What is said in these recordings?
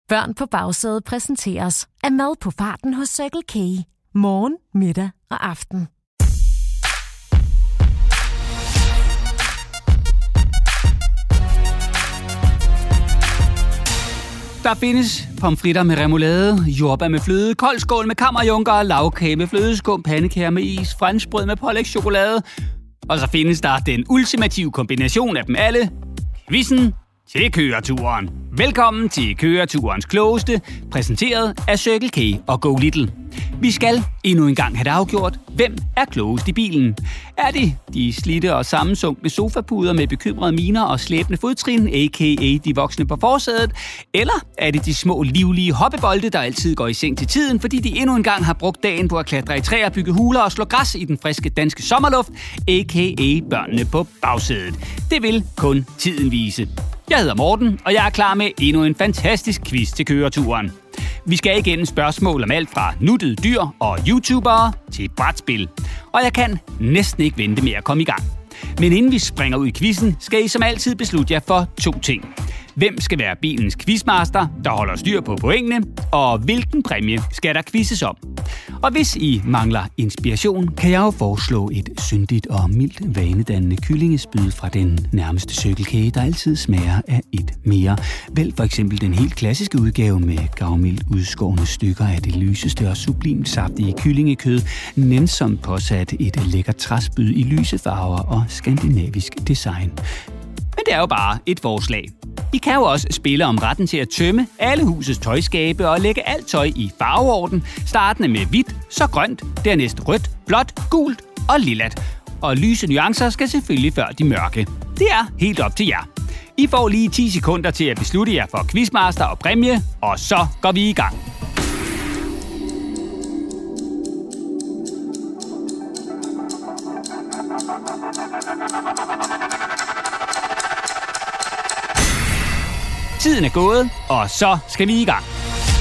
Børn på bagsædet præsenteres af mad på farten hos Circle K. Morgen, middag og aften. Der findes pomfritter med remoulade, jordbær med fløde, kold skål med kammerjunker, lagkage med flødeskum, pandekager med is, franskbrød med pålægschokolade. Og så findes der den ultimative kombination af dem alle. Quizzen til køreturen. Velkommen til køreturens klogeste, præsenteret af Circle K og Go Little. Vi skal endnu en gang have det afgjort. Hvem er klogest i bilen? Er det de slidte og sammensunkne sofapuder med bekymrede miner og slæbende fodtrin, a.k.a. de voksne på forsædet? Eller er det de små livlige hoppebolde, der altid går i seng til tiden, fordi de endnu en gang har brugt dagen på at klatre i træer, bygge huler og slå græs i den friske danske sommerluft, a.k.a. børnene på bagsædet? Det vil kun tiden vise. Jeg hedder Morten, og jeg er klar med endnu en fantastisk quiz til køreturen. Vi skal igennem spørgsmål om alt fra nuttede dyr og YouTubere til brætspil. Og jeg kan næsten ikke vente med at komme i gang. Men inden vi springer ud i quizzen, skal I som altid beslutte jer for 2 ting. Hvem skal være bilens quizmaster, der holder styr på pointene, og hvilken præmie skal der quizzes om? Og hvis I mangler inspiration, kan jeg jo foreslå et syndigt og mildt vanedannende kyllingespyd fra den nærmeste Circle K, der altid smager af et mere. Vælg for eksempel den helt klassiske udgave med gavmildt udskårne stykker af det lyseste og sublimt saftige kyllingekød, nænsomt påsat et lækkert træspyd i lyse farver og skandinavisk design. Men det er jo bare et forslag. I kan jo også spille om retten til at tømme alle husets tøjskabe og lægge alt tøj i farveorden, startende med hvidt, så grønt, dernæst rødt, blåt, gult og lilat. Og lyse nuancer skal selvfølgelig før de mørke. Det er helt op til jer. I får lige 10 sekunder til at beslutte jer for quizmaster og præmie, og så går vi i gang. Tiden er gået, og så skal vi i gang.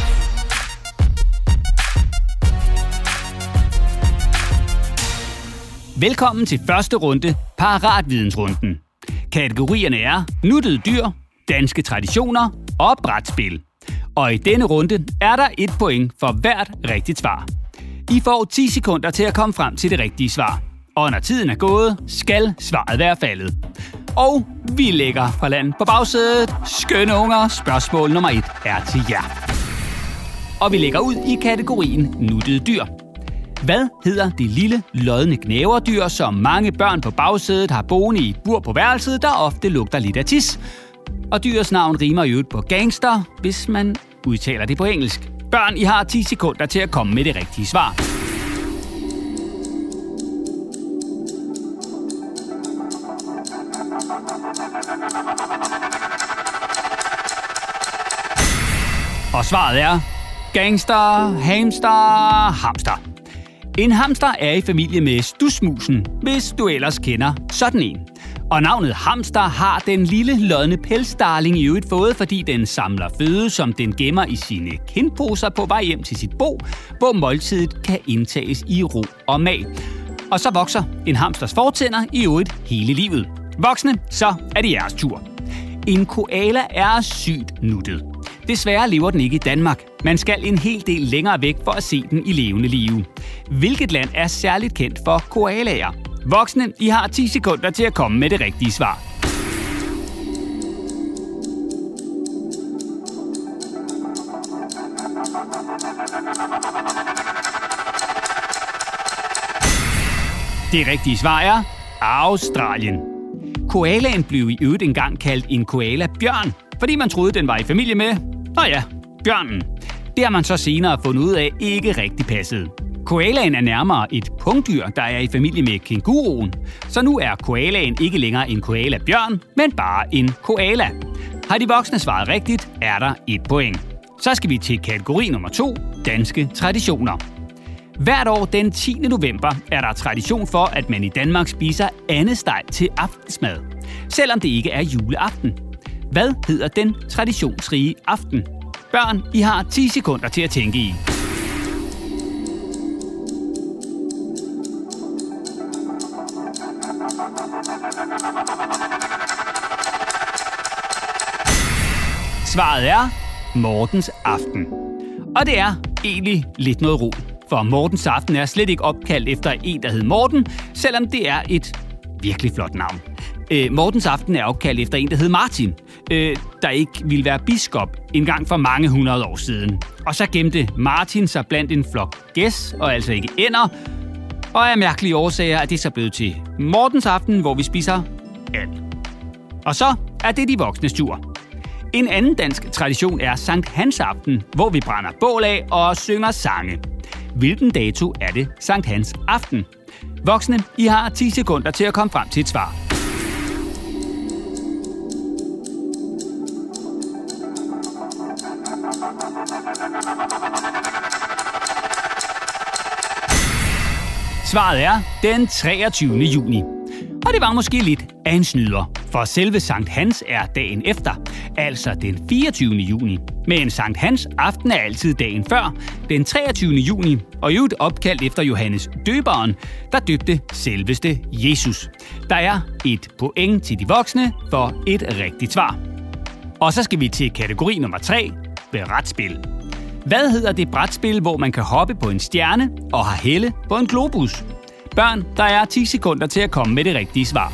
Velkommen til første runde, Paratvidensrunden. Kategorierne er nuttede dyr, danske traditioner og brætspil. Og i denne runde er der 1 point for hvert rigtigt svar. I får 10 sekunder til at komme frem til det rigtige svar. Og når tiden er gået, skal svaret være faldet. Og vi lægger fra land på bagsædet. Skønne unger, spørgsmål nummer 1 er til jer. Og vi lægger ud i kategorien nuttede dyr. Hvad hedder det lille, lodne gnæverdyr, som mange børn på bagsædet har boende i et bur på værelset, der ofte lugter lidt af tis? Og dyrets navn rimer i øvrigt på gangster, hvis man udtaler det på engelsk. Børn, I har 10 sekunder til at komme med det rigtige svar. Og svaret er gangster, hamster, hamster. En hamster er i familie med stusmusen, hvis du ellers kender sådan en. Og navnet hamster har den lille, lodne pelsdarling i øvrigt fået, fordi den samler føde, som den gemmer i sine kindposer på vej hjem til sit bo, hvor måltidet kan indtages i ro og mag. Og så vokser en hamsters fortænder i øvrigt hele livet. Voksne, så er det jeres tur. En koala er sygt nuttet. Desværre lever den ikke i Danmark. Man skal en hel del længere væk for at se den i levende live. Hvilket land er særligt kendt for koalaer? Voksne, I har 10 sekunder til at komme med det rigtige svar. Det rigtige svar er Australien. Koalaen blev i øvrigt engang kaldt en koala-bjørn, fordi man troede, den var i familie med, bjørnen. Det har man så senere fundet ud af ikke rigtig passede. Koalaen er nærmere et pungdyr, der er i familie med kænguruen. Så nu er koalaen ikke længere en koala-bjørn, men bare en koala. Har de voksne svaret rigtigt, er der 1 point. Så skal vi til kategori nummer 2, danske traditioner. Hvert år den 10. november er der tradition for, at man i Danmark spiser andesteg til aftensmad, selvom det ikke er juleaften. Hvad hedder den traditionsrige aften? Børn, I har 10 sekunder til at tænke i. Svaret er Mortens aften. Og det er egentlig lidt noget rod, for Mortens aften er slet ikke opkaldt efter en, der hed Morten, selvom det er et virkelig flot navn. Mortens aften er opkaldt efter en, der hed Martin, der ikke ville være biskop engang for mange 100 år siden. Og så gemte Martin sig blandt en flok gæs, og altså ikke ænder, og af mærkelige årsager er det så blevet til Mortens aften, hvor vi spiser and. Og så er det de voksnes tur. En anden dansk tradition er Sankt Hans aften, hvor vi brænder bål af og synger sange. Hvilken dato er det Sankt Hans aften? Voksne, I har 10 sekunder til at komme frem til et svar. Svaret er den 23. juni. Og det var måske lidt af en snyder, for selve Sankt Hans er dagen efter, altså den 24. juni. Men Sankt Hans aften er altid dagen før, den 23. juni, og i øvrigt opkaldt efter Johannes døberen, der døbte selveste Jesus. Der er 1 point til de voksne for et rigtigt svar. Og så skal vi til kategori nummer 3, brætspil. Hvad hedder det brætspil, hvor man kan hoppe på en stjerne og har helle på en globus? Børn, der er 10 sekunder til at komme med det rigtige svar.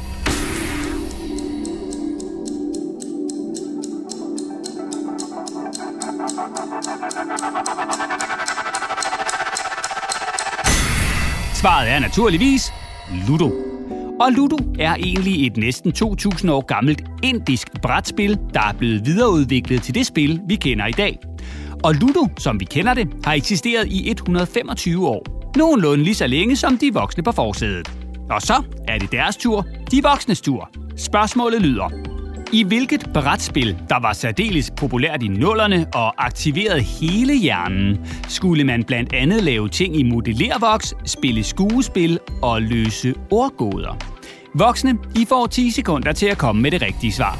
Svaret er naturligvis Ludo. Og Ludo er egentlig et næsten 2000 år gammelt indisk brætspil, der er blevet videreudviklet til det spil, vi kender i dag. Og Ludo, som vi kender det, har eksisteret i 125 år. Nogenlunde lige så længe som de voksne på forsædet. Og så er det deres tur, de voksnes tur. Spørgsmålet lyder: i hvilket brætspil, der var særdeles populært i 00'erne og aktiverede hele hjernen, skulle man blandt andet lave ting i modellervoks, spille skuespil og løse ordgåder? Voksne, I får 10 sekunder til at komme med det rigtige svar.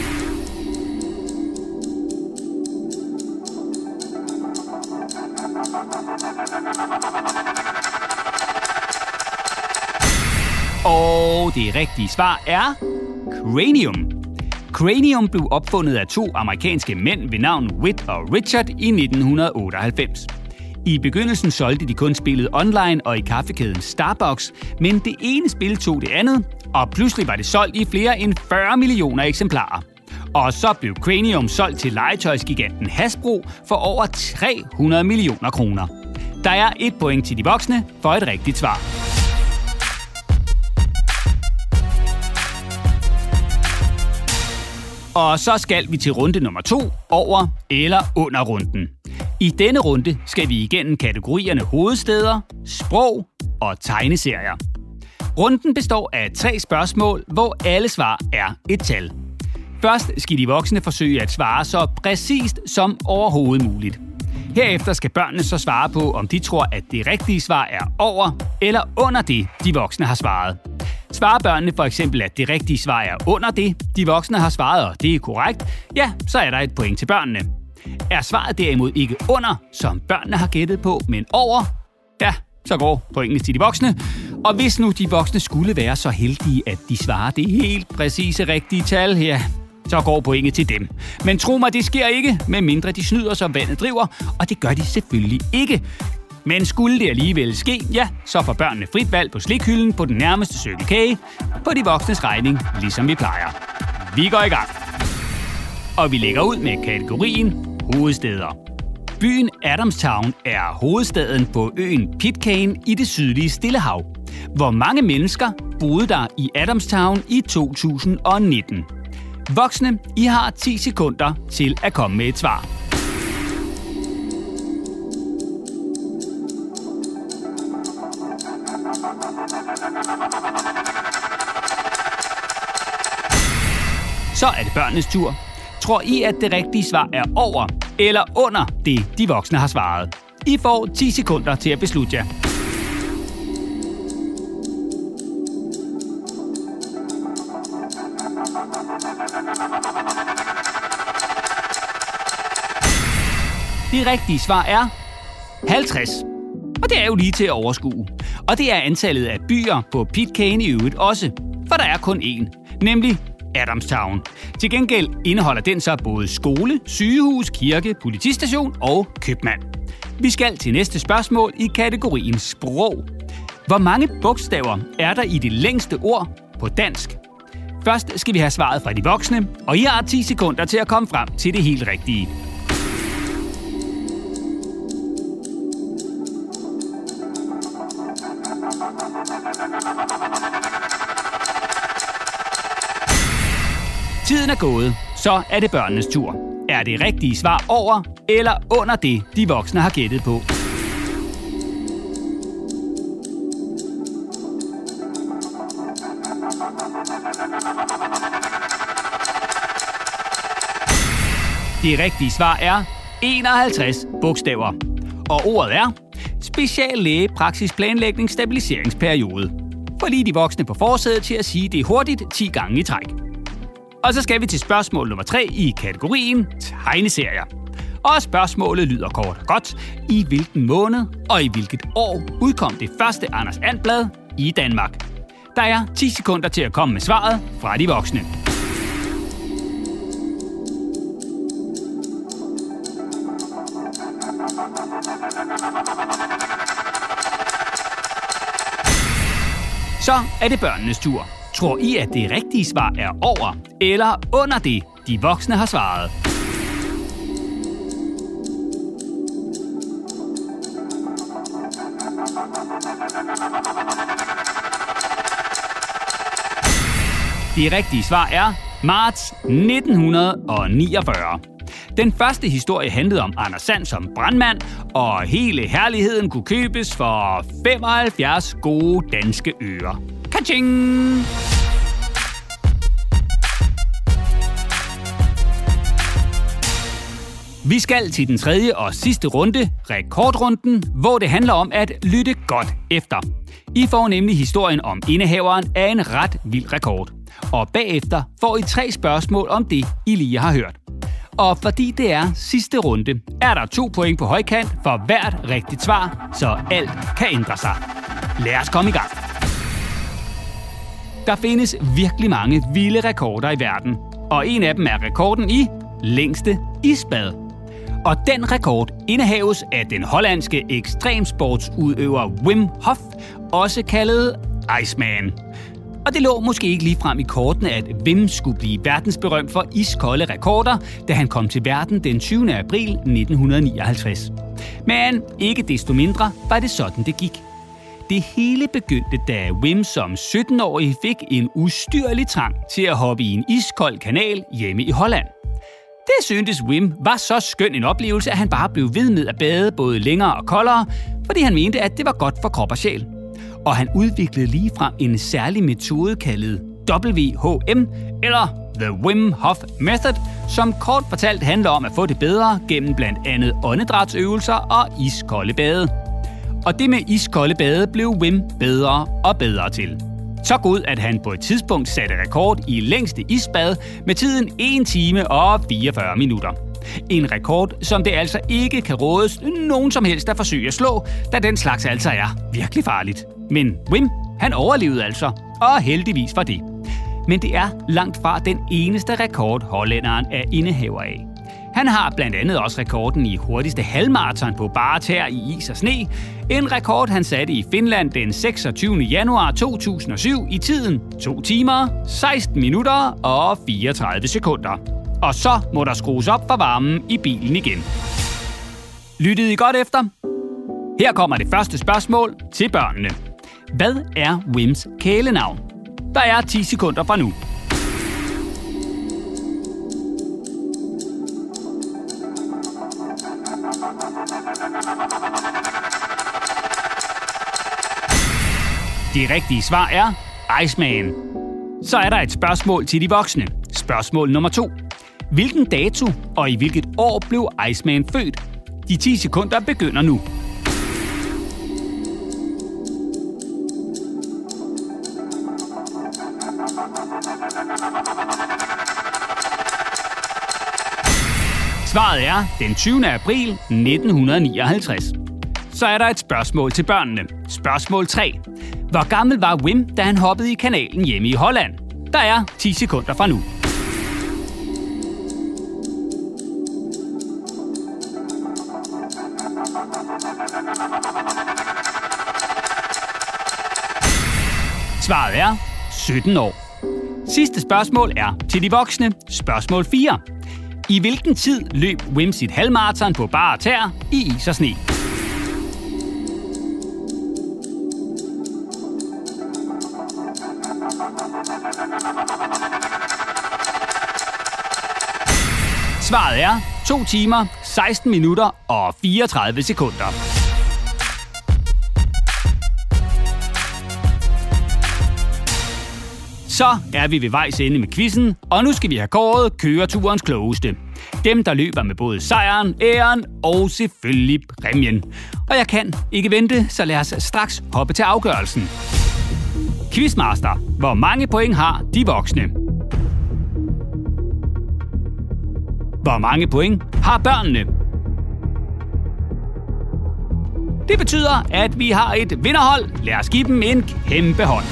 Og det rigtige svar er Cranium. Cranium blev opfundet af 2 amerikanske mænd ved navn Whit og Richard i 1998. I begyndelsen solgte de kun spillet online og i kaffekæden Starbucks, men det ene spil tog det andet, og pludselig var det solgt i flere end 40 millioner eksemplarer. Og så blev Cranium solgt til legetøjsgiganten Hasbro for over 300 millioner kroner. Der er 1 point til de voksne for et rigtigt svar. Og så skal vi til runde nummer 2, over eller under runden. I denne runde skal vi igennem kategorierne hovedstæder, sprog og tegneserier. Runden består af 3 spørgsmål, hvor alle svar er et tal. Først skal de voksne forsøge at svare så præcist som overhovedet muligt. Herefter skal børnene så svare på, om de tror, at det rigtige svar er over eller under det, de voksne har svaret. Svarer børnene for eksempel, at det rigtige svar er under det, de voksne har svaret, og det er korrekt, ja, så er der 1 point til børnene. Er svaret derimod ikke under, som børnene har gættet på, men over, ja, så går pointene til de voksne. Og hvis nu de voksne skulle være så heldige, at de svarer det helt præcise rigtige tal, ja, så går pointet til dem. Men tro mig, det sker ikke, medmindre de snyder, som vandet driver, og det gør de selvfølgelig ikke. Men skulle det alligevel ske, ja, så får børnene frit valg på slikhylden på den nærmeste Circle K, på de voksnes regning, ligesom vi plejer. Vi går i gang. Og vi lægger ud med kategorien hovedstæder. Byen Adamstown er hovedstaden på øen Pitcairn i det sydlige Stillehav. Hvor mange mennesker boede der i Adamstown i 2019? Voksne, I har 10 sekunder til at komme med et svar. Så er det børnenes tur. Tror I, at det rigtige svar er over eller under det, de voksne har svaret? I får 10 sekunder til at beslutte jer. Det rigtige svar er 50. Og det er jo lige til at overskue. Og det er antallet af byer på Pitcairn i øvrigt også. For der er kun én, nemlig Adamstown. Til gengæld indeholder den så både skole, sygehus, kirke, politistation og købmand. Vi skal til næste spørgsmål i kategorien sprog. Hvor mange bogstaver er der i det længste ord på dansk? Først skal vi have svaret fra de voksne, og I har 10 sekunder til at komme frem til det helt rigtige. Tiden er gået, så er det børnenes tur. Er det rigtige svar over eller under det, de voksne har gættet på? Det rigtige svar er 51 bogstaver. Og ordet er speciallæge, praksis, planlægning, stabiliseringsperiode. For lige de voksne på forsædet til at sige det hurtigt 10 gange i træk. Og så skal vi til spørgsmål nummer 3 i kategorien tegneserier. Og spørgsmålet lyder kort og godt. I hvilken måned og i hvilket år udkom det første Anders And-blad i Danmark? Der er 10 sekunder til at komme med svaret fra de voksne. Så er det børnenes tur. Tror I, at det rigtige svar er over eller under det, de voksne har svaret? Det rigtige svar er marts 1949. Den første historie handlede om Anders And som brandmand, og hele herligheden kunne købes for 75 gode danske øre. Ka-ching! Vi skal til den tredje og sidste runde, rekordrunden, hvor det handler om at lytte godt efter. I får nemlig historien om indehaveren af en ret vild rekord. Og bagefter får I 3 spørgsmål om det, I lige har hørt. Og fordi det er sidste runde, er der 2 point på højkant for hvert rigtigt svar, så alt kan ændre sig. Lad os komme i gang. Der findes virkelig mange vilde rekorder i verden, og en af dem er rekorden i længste isbad. Og den rekord indehaves af den hollandske ekstremsportsudøver Wim Hof, også kaldet Iceman. Og det lå måske ikke ligefrem i kortene, at Wim skulle blive verdensberømt for iskolde rekorder, da han kom til verden den 20. april 1959. Men ikke desto mindre var det sådan, det gik. Det hele begyndte, da Wim som 17-årig fik en ustyrlig trang til at hoppe i en iskold kanal hjemme i Holland. Det syntes Wim var så skøn en oplevelse, at han bare blev ved med at bade både længere og koldere, fordi han mente, at det var godt for krop og sjæl. Og han udviklede ligefrem en særlig metode kaldet WHM, eller The Wim Hof Method, som kort fortalt handler om at få det bedre gennem blandt andet åndedrætsøvelser og iskolde bade. Og det med iskolde bade blev Wim bedre og bedre til. Så god, at han på et tidspunkt satte rekord i længste isbad med tiden 1 time og 44 minutter. En rekord, som det altså ikke kan rådes nogen som helst at forsøge at slå, da den slags altså er virkelig farligt. Men Wim, han overlevede altså, og heldigvis for det. Men det er langt fra den eneste rekord, hollænderen er indehaver af. Han har blandt andet også rekorden i hurtigste halvmarathon på bare tæer i is og sne. En rekord, han satte i Finland den 26. januar 2007 i tiden 2 timer, 16 minutter og 34 sekunder. Og så må der skrues op for varmen i bilen igen. Lyttede I godt efter? Her kommer det første spørgsmål til børnene. Hvad er Wims kælenavn? Der er 10 sekunder fra nu. Det rigtige svar er Iceman. Så er der et spørgsmål til de voksne. Spørgsmål nummer 2. Hvilken dato og i hvilket år blev Iceman født? De 10 sekunder begynder nu. Svaret er den 20. april 1959. Så er der et spørgsmål til børnene. Spørgsmål 3. Hvor gammel var Wim, da han hoppede i kanalen hjemme i Holland? Der er 10 sekunder fra nu. Svaret er 17 år. Sidste spørgsmål er til de voksne. Spørgsmål 4. I hvilken tid løb Wim sit halvmarathon på bare tæer i is og sne? Svaret er 2 timer, 16 minutter og 34 sekunder. Så er vi ved vejs ende med quizzen, og nu skal vi have kåret køreturens klogeste. Dem, der løber med både sejren, æren og selvfølgelig præmien. Og jeg kan ikke vente, så lad os straks hoppe til afgørelsen. Quizmaster, hvor mange point har de voksne? Hvor mange point har børnene? Det betyder, at vi har et vinderhold. Lad os give dem en kæmpe hånd.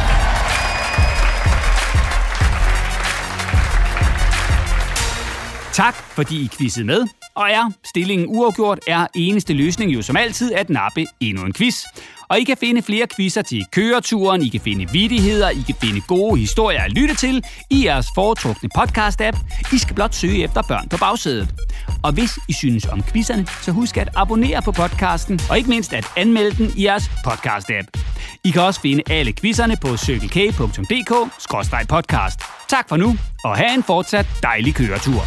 Tak, fordi I quizzede med. Og stillingen uafgjort er eneste løsning jo som altid at nappe endnu en quiz. Og I kan finde flere quizzer til køreturen, I kan finde vittigheder, I kan finde gode historier at lytte til i jeres foretrukne podcast-app. I skal blot søge efter Børn på bagsædet. Og hvis I synes om quizzerne, så husk at abonnere på podcasten, og ikke mindst at anmelde den i jeres podcast-app. I kan også finde alle quizzerne på circlek.dk/podcast. Tak for nu, og have en fortsat dejlig køretur.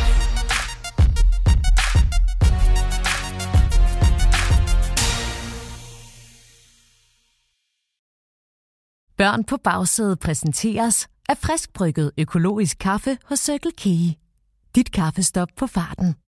Børn på bagsædet præsenteres af friskbrygget økologisk kaffe hos Circle K. Dit kaffestop på farten.